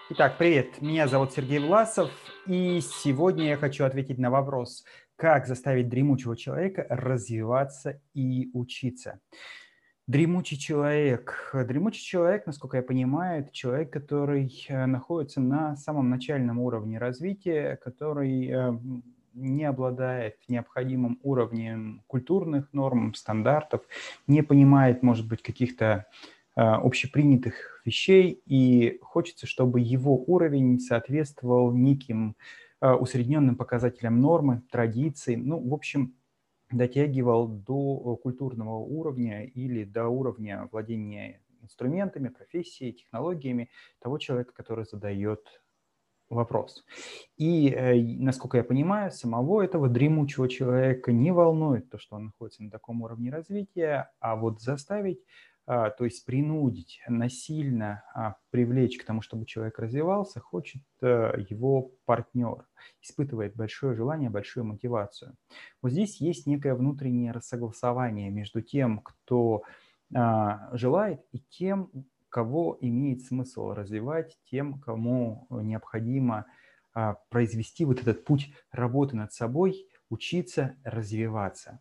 Итак, привет, меня зовут Сергей Власов, и сегодня я хочу ответить на вопрос, как заставить дремучего человека развиваться и учиться. Дремучий человек, насколько я понимаю, это человек, который находится на самом начальном уровне развития, который не обладает необходимым уровнем культурных норм, стандартов, не понимает, может быть, каких-то общепринятых вещей, и хочется, чтобы его уровень соответствовал неким усредненным показателям нормы, традиций. Ну, в общем, дотягивал до культурного уровня или до уровня владения инструментами, профессией, технологиями того человека, который задает вопрос. И, насколько я понимаю, самого этого дремучего человека не волнует то, что он находится на таком уровне развития, а вот заставить, то есть принудить, насильно привлечь к тому, чтобы человек развивался, хочет его партнер, испытывает большое желание, большую мотивацию. Вот здесь есть некое внутреннее рассогласование между тем, кто желает, и тем, кого имеет смысл развивать, тем, кому необходимо произвести вот этот путь работы над собой, учиться, развиваться.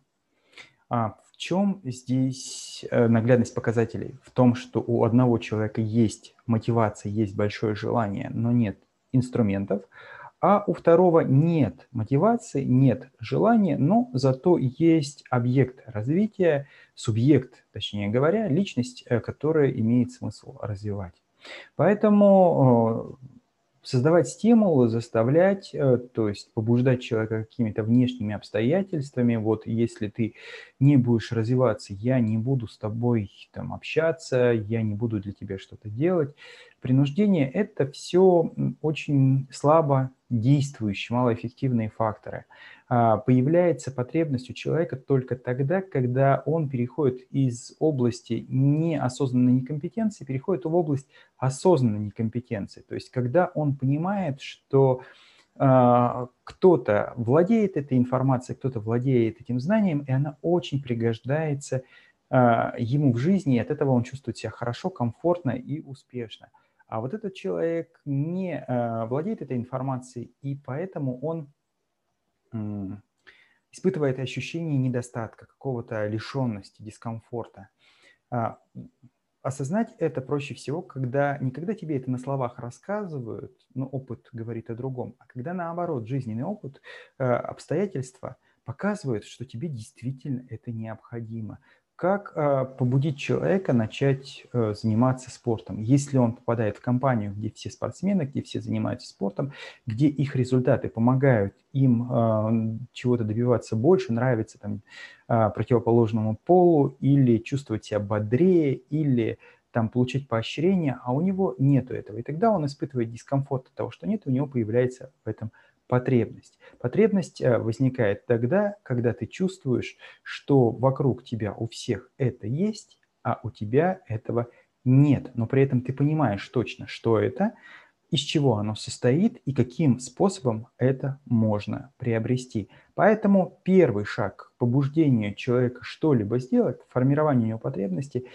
В чем здесь наглядность показателей? В том, что у одного человека есть мотивация, есть большое желание, но нет инструментов, а у второго нет мотивации, нет желания, но зато есть объект развития, субъект, точнее говоря, личность, которая имеет смысл развивать. Поэтому создавать стимулы, заставлять, то есть побуждать человека какими-то внешними обстоятельствами. Вот если ты не будешь развиваться, я не буду с тобой там общаться, я не буду для тебя что-то делать. Принуждение – это все очень слабо действующие, малоэффективные факторы. Появляется потребность у человека только тогда, когда он переходит из области неосознанной некомпетенции, переходит в область осознанной некомпетенции. То есть когда он понимает, что кто-то владеет этой информацией, кто-то владеет этим знанием, и она очень пригождается ему в жизни, и от этого он чувствует себя хорошо, комфортно и успешно. А вот этот человек не владеет этой информацией, и поэтому он испытывает ощущение недостатка, какого-то лишенности, дискомфорта. А, Осознать это проще всего, когда не когда тебе это на словах рассказывают, но опыт говорит о другом, а когда наоборот жизненный опыт, обстоятельства показывают, что тебе действительно это необходимо. Как побудить человека начать заниматься спортом? Если он попадает в компанию, где все спортсмены, где все занимаются спортом, где их результаты помогают им чего-то добиваться больше, нравится там противоположному полу, или чувствовать себя бодрее, или там получить поощрение, а у него нету этого. И тогда он испытывает дискомфорт от того, что нет, у него появляется в этом потребность. Потребность возникает тогда, когда ты чувствуешь, что вокруг тебя у всех это есть, а у тебя этого нет. Но при этом ты понимаешь точно, что это, из чего оно состоит и каким способом это можно приобрести. Поэтому первый шаг к побуждению человека что-либо сделать, к формированию его потребности –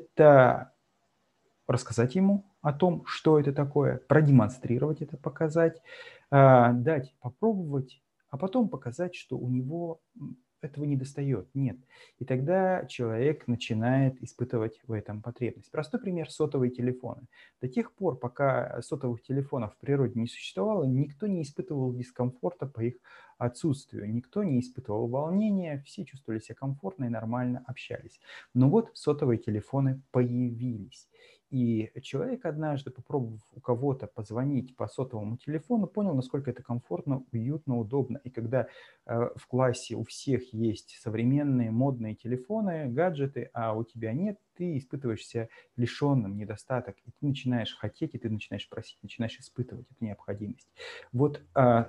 это рассказать ему о том, что это такое, продемонстрировать это, показать, дать попробовать, а потом показать, что у него этого недостает, нет. И тогда человек начинает испытывать в этом потребность. Простой пример – сотовые телефоны. До тех пор, пока сотовых телефонов в природе не существовало, никто не испытывал дискомфорта по их отсутствию, никто не испытывал волнения, все чувствовали себя комфортно и нормально общались. Но вот сотовые телефоны появились. И человек однажды, попробовав у кого-то позвонить по сотовому телефону, понял, насколько это комфортно, уютно, удобно. И когда в классе у всех есть современные модные телефоны, гаджеты, а у тебя нет, ты испытываешь себя лишенным, недостаток, и ты начинаешь хотеть, и ты начинаешь просить, начинаешь испытывать эту необходимость. Вот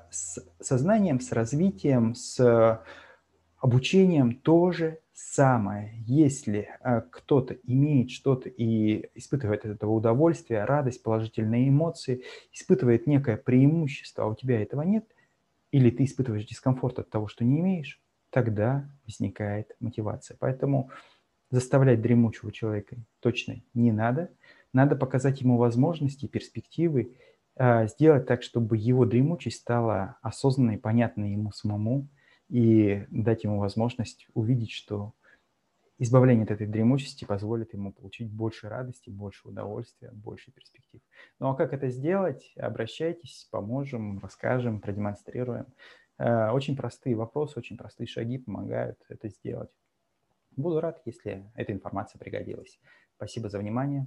с сознанием, с развитием, с обучением то же самое. Если кто-то имеет что-то и испытывает от этого удовольствие, радость, положительные эмоции, испытывает некое преимущество, а у тебя этого нет, или ты испытываешь дискомфорт от того, что не имеешь, тогда возникает мотивация. Поэтому заставлять дремучего человека точно не надо. Надо показать ему возможности, перспективы сделать так, чтобы его дремучесть стала осознанной, понятной ему самому, и дать ему возможность увидеть, что избавление от этой дремучести позволит ему получить больше радости, больше удовольствия, больше перспектив. Ну а как это сделать? Обращайтесь, поможем, расскажем, продемонстрируем. Очень простые вопросы, очень простые шаги помогают это сделать. Буду рад, если эта информация пригодилась. Спасибо за внимание.